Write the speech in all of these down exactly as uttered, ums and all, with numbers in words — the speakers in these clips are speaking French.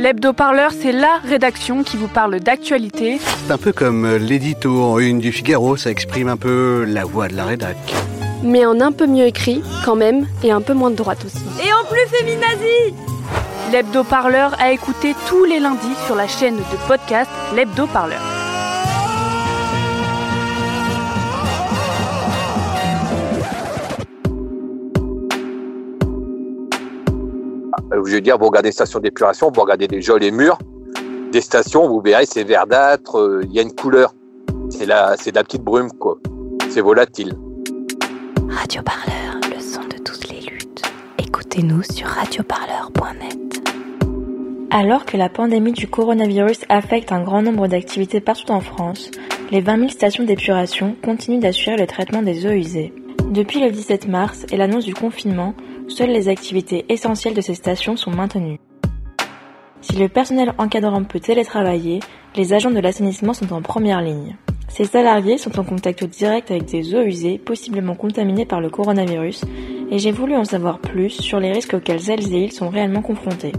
L'hebdo-parleur, c'est la rédaction qui vous parle d'actualité. C'est un peu comme l'édito en une du Figaro, ça exprime un peu la voix de la rédac. Mais en un peu mieux écrit, quand même, et un peu moins de droite aussi. Et en plus féminazi. L'hebdo-parleur à écouter tous les lundis sur la chaîne de podcast L'hebdo-parleur. Je veux dire, vous regardez des stations d'épuration, vous regardez des geôles et murs, des stations, vous verrez, c'est verdâtre, il euh, y a une couleur. C'est, la, c'est de la petite brume, quoi. C'est volatile. Radio Parleur, le son de toutes les luttes. Écoutez-nous sur radio parleur point net. Alors que la pandémie du coronavirus affecte un grand nombre d'activités partout en France, les vingt mille stations d'épuration continuent d'assurer le traitement des eaux usées. Depuis le dix-sept mars et l'annonce du confinement, seules les activités essentielles de ces stations sont maintenues. Si le personnel encadrant peut télétravailler, les agents de l'assainissement sont en première ligne. Ces salariés sont en contact direct avec des eaux usées possiblement contaminées par le coronavirus et j'ai voulu en savoir plus sur les risques auxquels elles et ils sont réellement confrontés.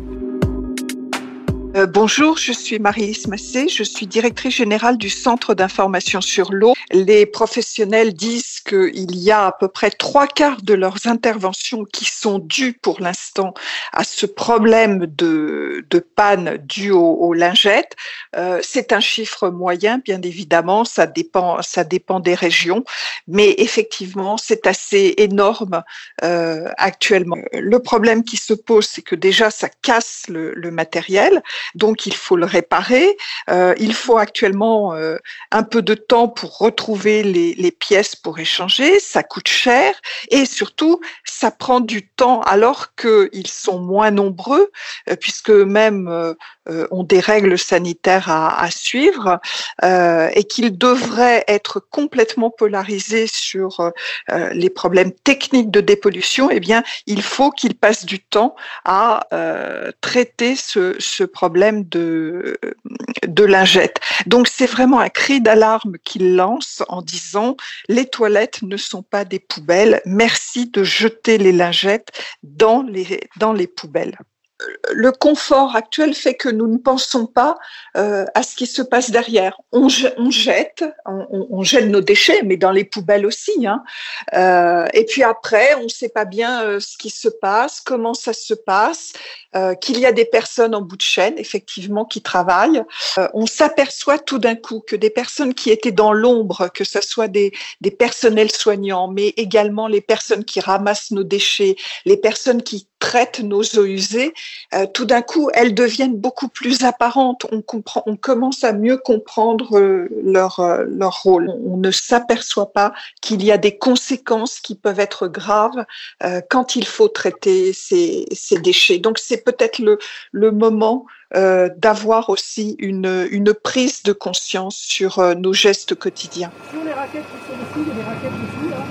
Euh, bonjour, je suis Marie-Lise Massé, je suis directrice générale du Centre d'information sur l'eau. Les professionnels disent qu'il y a à peu près trois quarts de leurs interventions qui sont dues pour l'instant à ce problème de, de panne due aux, aux lingettes. Euh, c'est un chiffre moyen, bien évidemment, ça dépend, ça dépend des régions, mais effectivement, c'est assez énorme euh, actuellement. Le problème qui se pose, c'est que déjà, ça casse le, le matériel. Donc, il faut le réparer. Euh, il faut actuellement euh, un peu de temps pour retrouver les, les pièces pour échanger. Ça coûte cher et surtout, ça prend du temps alors qu'ils sont moins nombreux, euh, puisque eux-mêmes euh, euh, ont des règles sanitaires à, à suivre euh, et qu'ils devraient être complètement polarisés sur euh, les problèmes techniques de dépollution. Eh bien, il faut qu'ils passent du temps à euh, traiter ce, ce problème de, de lingettes. Donc, c'est vraiment un cri d'alarme qu'il lance en disant « Les toilettes ne sont pas des poubelles. Merci de jeter les lingettes dans les, dans les poubelles. » Le confort actuel fait que nous ne pensons pas euh, à ce qui se passe derrière. On, on jette, on, on jette nos déchets, mais dans les poubelles aussi. Hein. Euh, et puis après, on ne sait pas bien euh, ce qui se passe, comment ça se passe, euh, qu'il y a des personnes en bout de chaîne, effectivement, qui travaillent. Euh, on s'aperçoit tout d'un coup que des personnes qui étaient dans l'ombre, que ce soit des, des personnels soignants, mais également les personnes qui ramassent nos déchets, les personnes qui traitent nos eaux usées, euh, tout d'un coup, elles deviennent beaucoup plus apparentes. On comprend, on commence à mieux comprendre euh, leur euh, leur rôle. On, on ne s'aperçoit pas qu'il y a des conséquences qui peuvent être graves euh, quand il faut traiter ces ces déchets. Donc, c'est peut-être le le moment euh, d'avoir aussi une une prise de conscience sur euh, nos gestes quotidiens. Sur les raquettes qui sont dessus, il y a des raquettes dessus là,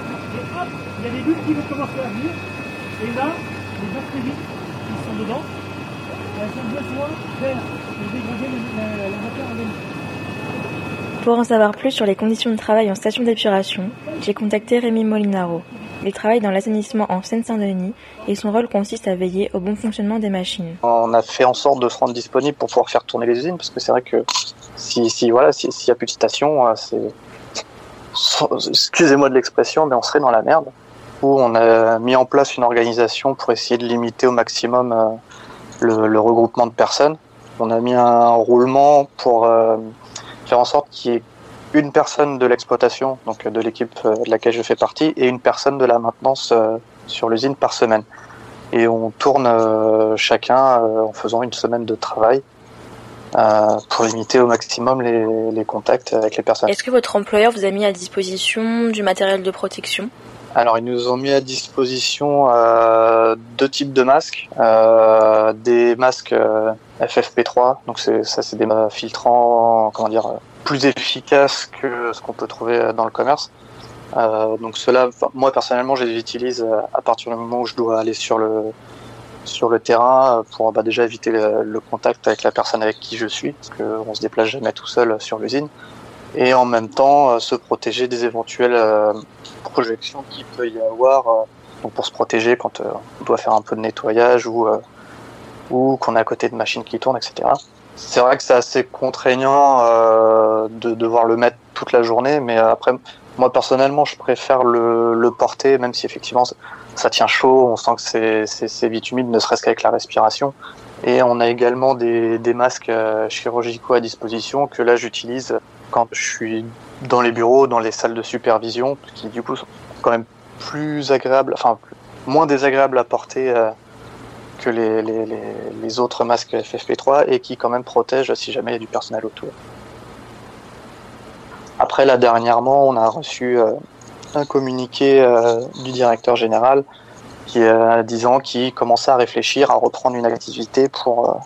et hop, il y a des bulles qui vont commencer à venir, et là. Les bactéries qui sont dedans, elles ont besoin d'air pour dégrader la, la, la matière organique. Pour en savoir plus sur les conditions de travail en station d'épuration, j'ai contacté Rémi Molinaro. Il travaille dans l'assainissement en Seine-Saint-Denis et son rôle consiste à veiller au bon fonctionnement des machines. On a fait en sorte de se rendre disponible pour pouvoir faire tourner les usines parce que c'est vrai que si, si voilà, si, s'il n'y a plus de station, c'est, excusez-moi de l'expression, mais on serait dans la merde. On a mis en place une organisation pour essayer de limiter au maximum euh, le, le regroupement de personnes. On a mis un roulement pour euh, faire en sorte qu'il y ait une personne de l'exploitation, donc de l'équipe de laquelle je fais partie, et une personne de la maintenance euh, sur l'usine par semaine. Et on tourne euh, chacun euh, en faisant une semaine de travail euh, pour limiter au maximum les, les contacts avec les personnes. Est-ce que votre employeur vous a mis à disposition du matériel de protection ? Alors, ils nous ont mis à disposition euh, deux types de masques, euh, des masques euh, F F P trois, donc c'est, ça c'est des euh, filtrants, comment dire, plus efficaces que ce qu'on peut trouver dans le commerce. Euh, donc ceux-là, moi personnellement, je les utilise à partir du moment où je dois aller sur le sur le terrain pour bah, déjà éviter le, le contact avec la personne avec qui je suis, parce qu'on se déplace jamais tout seul sur l'usine. Et en même temps euh, se protéger des éventuelles euh, projections qu'il peut y avoir, euh, donc pour se protéger quand euh, on doit faire un peu de nettoyage ou, euh, ou qu'on est à côté de machines qui tournent, et cetera. C'est vrai que c'est assez contraignant euh, de devoir le mettre toute la journée, mais après, moi personnellement, je préfère le, le porter, même si effectivement ça, ça tient chaud, on sent que c'est, c'est, c'est vite humide, ne serait-ce qu'avec la respiration. Et on a également des, des masques euh, chirurgicaux à disposition que là j'utilise quand je suis dans les bureaux, dans les salles de supervision, qui du coup sont quand même plus agréables, enfin moins désagréables à porter euh, que les, les, les, les autres masques F F P trois et qui quand même protègent si jamais il y a du personnel autour. Après là dernièrement, on a reçu euh, un communiqué euh, du directeur général qui euh, disant qu'il commençait à réfléchir à reprendre une activité pour euh,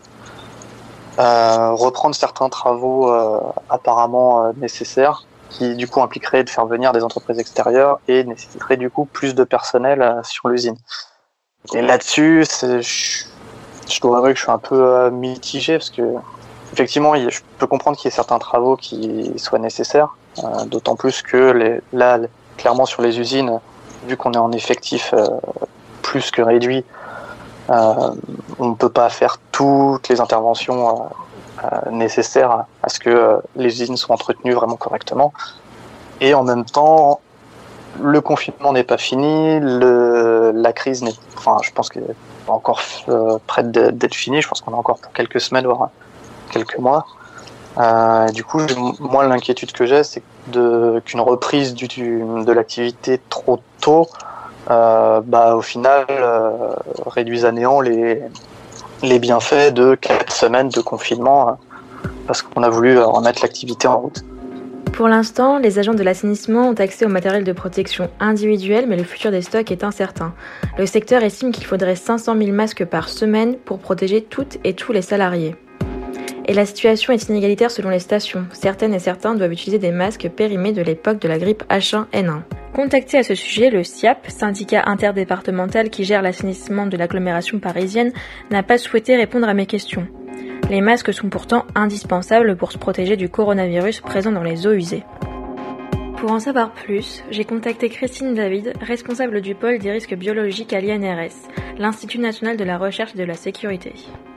euh, reprendre certains travaux euh, apparemment euh, nécessaires, qui du coup impliquerait de faire venir des entreprises extérieures et nécessiterait du coup plus de personnel euh, sur l'usine. Et là-dessus, c'est, je, je dois avouer que je suis un peu euh, mitigé parce que effectivement, il, je peux comprendre qu'il y ait certains travaux qui soient nécessaires, euh, d'autant plus que les, là, clairement sur les usines, vu qu'on est en effectif euh, plus que réduit, euh, on ne peut pas faire toutes les interventions euh, euh, nécessaires à, à ce que euh, les usines soient entretenues vraiment correctement. Et en même temps, le confinement n'est pas fini, le, la crise n'est, enfin, je pense qu'elle est encore euh, près d'être finie. Je pense qu'on a encore pour quelques semaines, voire quelques mois. Euh, du coup, moi, l'inquiétude que j'ai, c'est de, qu'une reprise du, du, de l'activité trop tôt, euh, bah, au final, euh, réduise à néant les, les bienfaits de quatre semaines de confinement, euh, parce qu'on a voulu remettre l'activité en route. Pour l'instant, les agents de l'assainissement ont accès au matériel de protection individuel, mais le futur des stocks est incertain. Le secteur estime qu'il faudrait cinq cent mille masques par semaine pour protéger toutes et tous les salariés. Et la situation est inégalitaire selon les stations. Certaines et certains doivent utiliser des masques périmés de l'époque de la grippe H un N un. Contacté à ce sujet, le S I A P, syndicat interdépartemental qui gère l'assainissement de l'agglomération parisienne, n'a pas souhaité répondre à mes questions. Les masques sont pourtant indispensables pour se protéger du coronavirus présent dans les eaux usées. Pour en savoir plus, j'ai contacté Christine David, responsable du pôle des risques biologiques à l'I N R S, l'Institut national de la recherche et de la sécurité.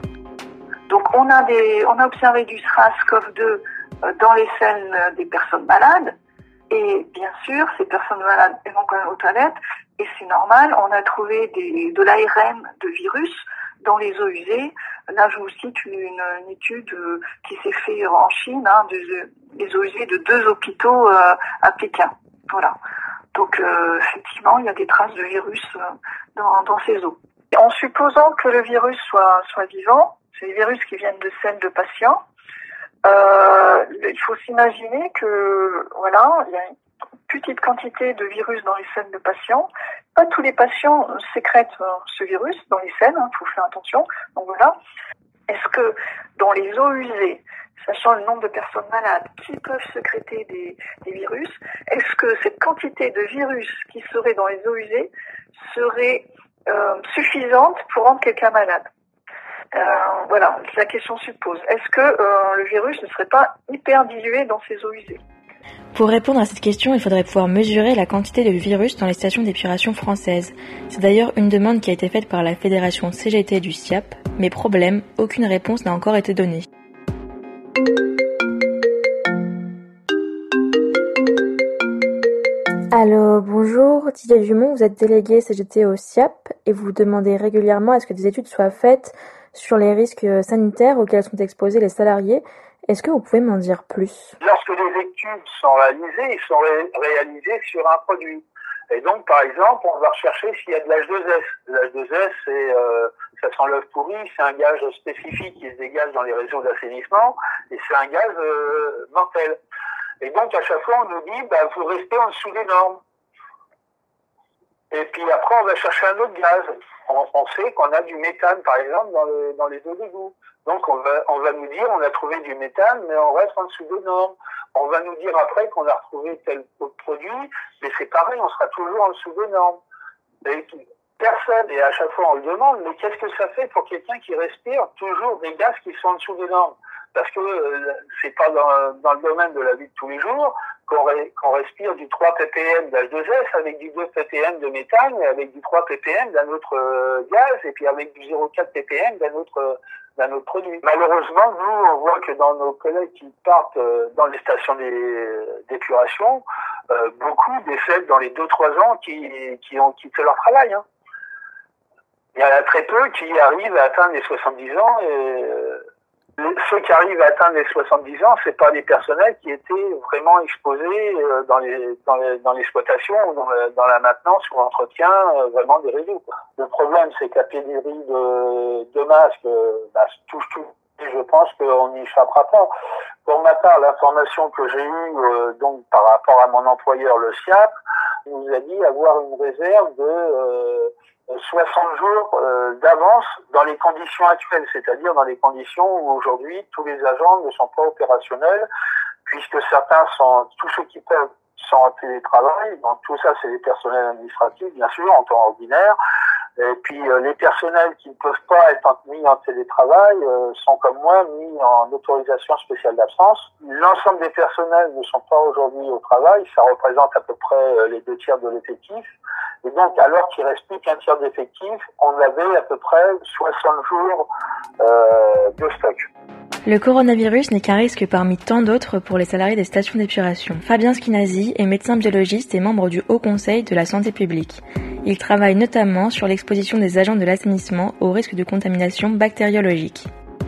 Donc on a, des, on a observé du SRAS-C o V deux dans les selles des personnes malades, et bien sûr, ces personnes malades vont quand même aux toilettes, et c'est normal, on a trouvé des, de l'A R N de virus dans les eaux usées. Là, je vous cite une, une étude qui s'est faite en Chine, hein, de, des eaux usées de deux hôpitaux euh, à Pékin. Voilà. Donc, euh, effectivement, il y a des traces de virus euh, dans, dans ces eaux. En supposant que le virus soit, soit vivant, c'est des virus qui viennent de selles de patients, euh, il faut s'imaginer que, voilà, il y a une petite quantité de virus dans les selles de patients. Pas tous les patients sécrètent ce virus dans les selles, il hein, faut faire attention. Donc voilà. Est-ce que dans les eaux usées, sachant le nombre de personnes malades qui peuvent sécréter des, des virus, est-ce que cette quantité de virus qui serait dans les eaux usées serait euh, suffisante pour rendre quelqu'un malade? Euh, voilà, la question se pose. Est-ce que euh, le virus ne serait pas hyper dilué dans ces eaux usées? Pour répondre à cette question, il faudrait pouvoir mesurer la quantité de virus dans les stations d'épuration françaises. C'est d'ailleurs une demande qui a été faite par la fédération C G T du S I A P, mais problème, aucune réponse n'a encore été donnée. Allô, bonjour, Didier Dumont, vous êtes délégué C G T au S I A P et vous demandez régulièrement à ce que des études soient faites sur les risques sanitaires auxquels sont exposés les salariés. Est-ce que vous pouvez m'en dire plus? Lorsque les études sont réalisées, ils sont ré- réalisés sur un produit. Et donc, par exemple, on va rechercher s'il y a de l'H deux S. L'H deux S, c'est, euh, ça sent l'œuf pourri, c'est un gaz spécifique qui se dégage dans les réseaux d'assainissement, et c'est un gaz euh, mortel. Et donc, à chaque fois, on nous dit, bah, faut rester en dessous des normes. Et puis après, on va chercher un autre gaz. On, on sait qu'on a du méthane, par exemple, dans, le, dans les eaux d'égout. Donc, on va, on va nous dire, on a trouvé du méthane, mais on reste en dessous des normes. On va nous dire après qu'on a retrouvé tel produit, mais c'est pareil, on sera toujours en dessous des normes. Et personne, et à chaque fois on le demande, mais qu'est-ce que ça fait pour quelqu'un qui respire toujours des gaz qui sont en dessous des normes? parce que euh, c'est pas dans, dans le domaine de la vie de tous les jours qu'on, ré, qu'on respire du trois ppm d'H deux S avec du deux ppm de méthane et avec du trois ppm d'un autre euh, gaz et puis avec du zéro virgule quatre ppm d'un autre euh, d'un autre produit. Malheureusement, nous, on voit que dans nos collègues qui partent euh, dans les stations d'épuration, euh, beaucoup décèdent dans les deux trois ans qui, qui ont quitté leur travail. Hein. Il y en a très peu qui arrivent à atteindre les soixante-dix ans. Et, euh, ceux qui arrivent à atteindre les soixante-dix ans, c'est pas des personnels qui étaient vraiment exposés euh, dans les dans, les, dans l'exploitation ou dans, le, dans la maintenance ou l'entretien euh, vraiment des réseaux. Quoi. Le problème, c'est que la pénurie de, de masques euh, bah, touche tout. Et je pense qu'on n'y échappera pas. Pour ma part, l'information que j'ai eue euh, donc par rapport à mon employeur, le S I A P, il nous a dit avoir une réserve de euh, soixante jours euh, d'avance dans les conditions actuelles, c'est-à-dire dans les conditions où aujourd'hui tous les agents ne sont pas opérationnels, puisque certains sont, tous ceux qui peuvent sont en télétravail, donc tout ça c'est des personnels administratifs bien sûr en temps ordinaire, et puis euh, les personnels qui ne peuvent pas être mis en télétravail euh, sont comme moi mis en autorisation spéciale d'absence. L'ensemble des personnels ne sont pas aujourd'hui au travail, ça représente à peu près euh, les deux tiers de l'effectif. Et donc, alors qu'il reste plus qu'un tiers d'effectif, on avait à peu près soixante jours euh, de stock. Le coronavirus n'est qu'un risque parmi tant d'autres pour les salariés des stations d'épuration. Fabien Schinazi est médecin biologiste et membre du Haut Conseil de la santé publique. Il travaille notamment sur l'exposition des agents de l'assainissement au risque de contamination bactériologique.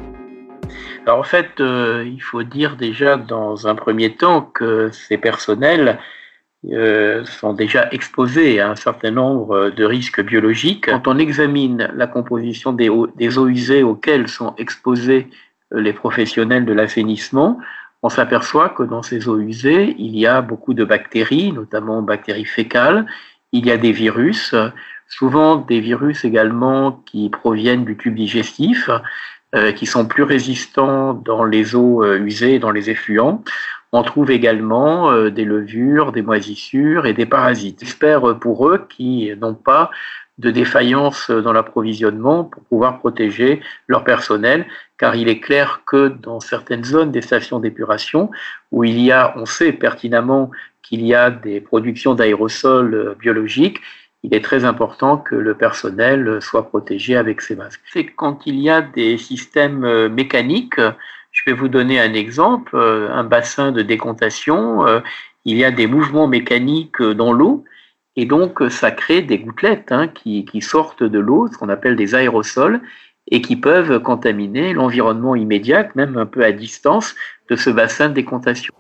Alors en fait, euh, il faut dire déjà dans un premier temps que ces personnels Euh, sont déjà exposés à un certain nombre de risques biologiques. Quand on examine la composition des eaux, des eaux usées auxquelles sont exposés les professionnels de l'assainissement, on s'aperçoit que dans ces eaux usées, il y a beaucoup de bactéries, notamment bactéries fécales, il y a des virus, souvent des virus également qui proviennent du tube digestif, euh, qui sont plus résistants dans les eaux euh, usées, dans les effluents. On trouve également euh, des levures, des moisissures et des parasites. J'espère pour eux qui n'ont pas de défaillance dans l'approvisionnement pour pouvoir protéger leur personnel, car il est clair que dans certaines zones des stations d'épuration, où il y a, on sait pertinemment qu'il y a des productions d'aérosols biologiques, il est très important que le personnel soit protégé avec ces masques. C'est quand il y a des systèmes mécaniques. Je vais vous donner un exemple, un bassin de décontation, il y a des mouvements mécaniques dans l'eau et donc ça crée des gouttelettes hein, qui, qui sortent de l'eau, ce qu'on appelle des aérosols, et qui peuvent contaminer l'environnement immédiat, même un peu à distance de ce bassin de décontation.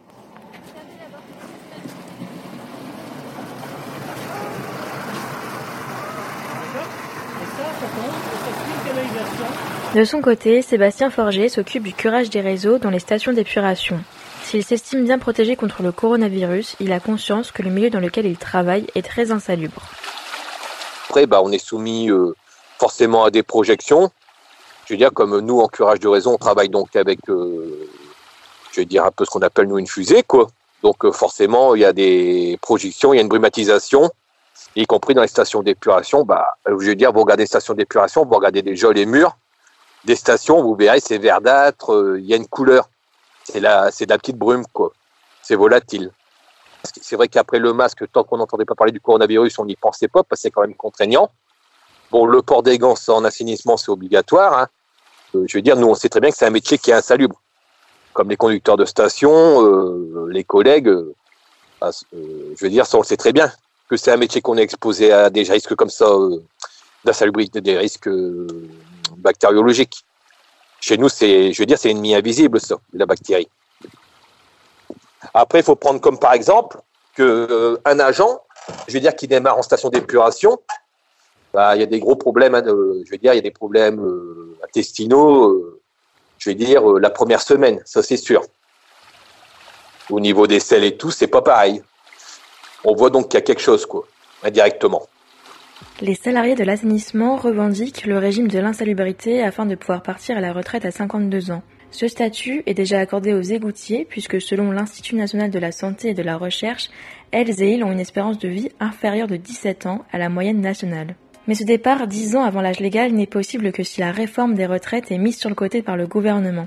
De son côté, Sébastien Forger s'occupe du curage des réseaux dans les stations d'épuration. S'il s'estime bien protégé contre le coronavirus, il a conscience que le milieu dans lequel il travaille est très insalubre. Après, bah, on est soumis euh, forcément à des projections. Je veux dire, comme nous, en curage de réseau, on travaille donc avec, euh, je vais dire un peu ce qu'on appelle nous une fusée, quoi. Donc euh, forcément, il y a des projections, il y a une brumatisation, y compris dans les stations d'épuration. Bah, je veux dire, vous regardez les stations d'épuration, vous regardez déjà les murs des stations, vous verrez, c'est verdâtre, il euh, y a une couleur. C'est, la, c'est de la petite brume, quoi. C'est volatile. C'est vrai qu'après le masque, tant qu'on n'entendait pas parler du coronavirus, on n'y pensait pas, parce que c'est quand même contraignant. Bon, le port des gants en assainissement, c'est obligatoire. Hein. Euh, je veux dire, nous, on sait très bien que c'est un métier qui est insalubre. Comme les conducteurs de station, euh, les collègues, euh, euh, je veux dire, ça, on le sait très bien, que c'est un métier qu'on est exposé à des risques comme ça, euh, d'insalubrité, des risques euh, bactériologiques. Chez nous, c'est, je veux dire, c'est l'ennemi invisible, ça, la bactérie. Après, il faut prendre comme par exemple que euh, un agent, je veux dire, qui démarre en station d'épuration, bah, il y a des gros problèmes. Hein, de, je veux dire, il y a des problèmes euh, intestinaux. Euh, je veux dire, euh, la première semaine, ça c'est sûr. Au niveau des selles et tout, c'est pas pareil. On voit donc qu'il y a quelque chose, quoi, indirectement. Les salariés de l'assainissement revendiquent le régime de l'insalubrité afin de pouvoir partir à la retraite à cinquante-deux ans. Ce statut est déjà accordé aux égoutiers puisque selon l'Institut national de la santé et de la recherche, elles et ils ont une espérance de vie inférieure de dix-sept ans à la moyenne nationale. Mais ce départ dix ans avant l'âge légal n'est possible que si la réforme des retraites est mise sur le côté par le gouvernement.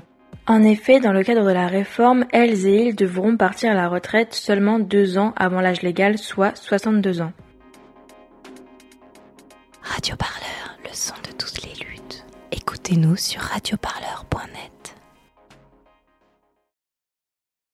En effet, dans le cadre de la réforme, elles et ils devront partir à la retraite seulement deux ans avant l'âge légal, soit soixante-deux ans. Radio Parleur, le son de toutes les luttes. Écoutez-nous sur radio parleur point net.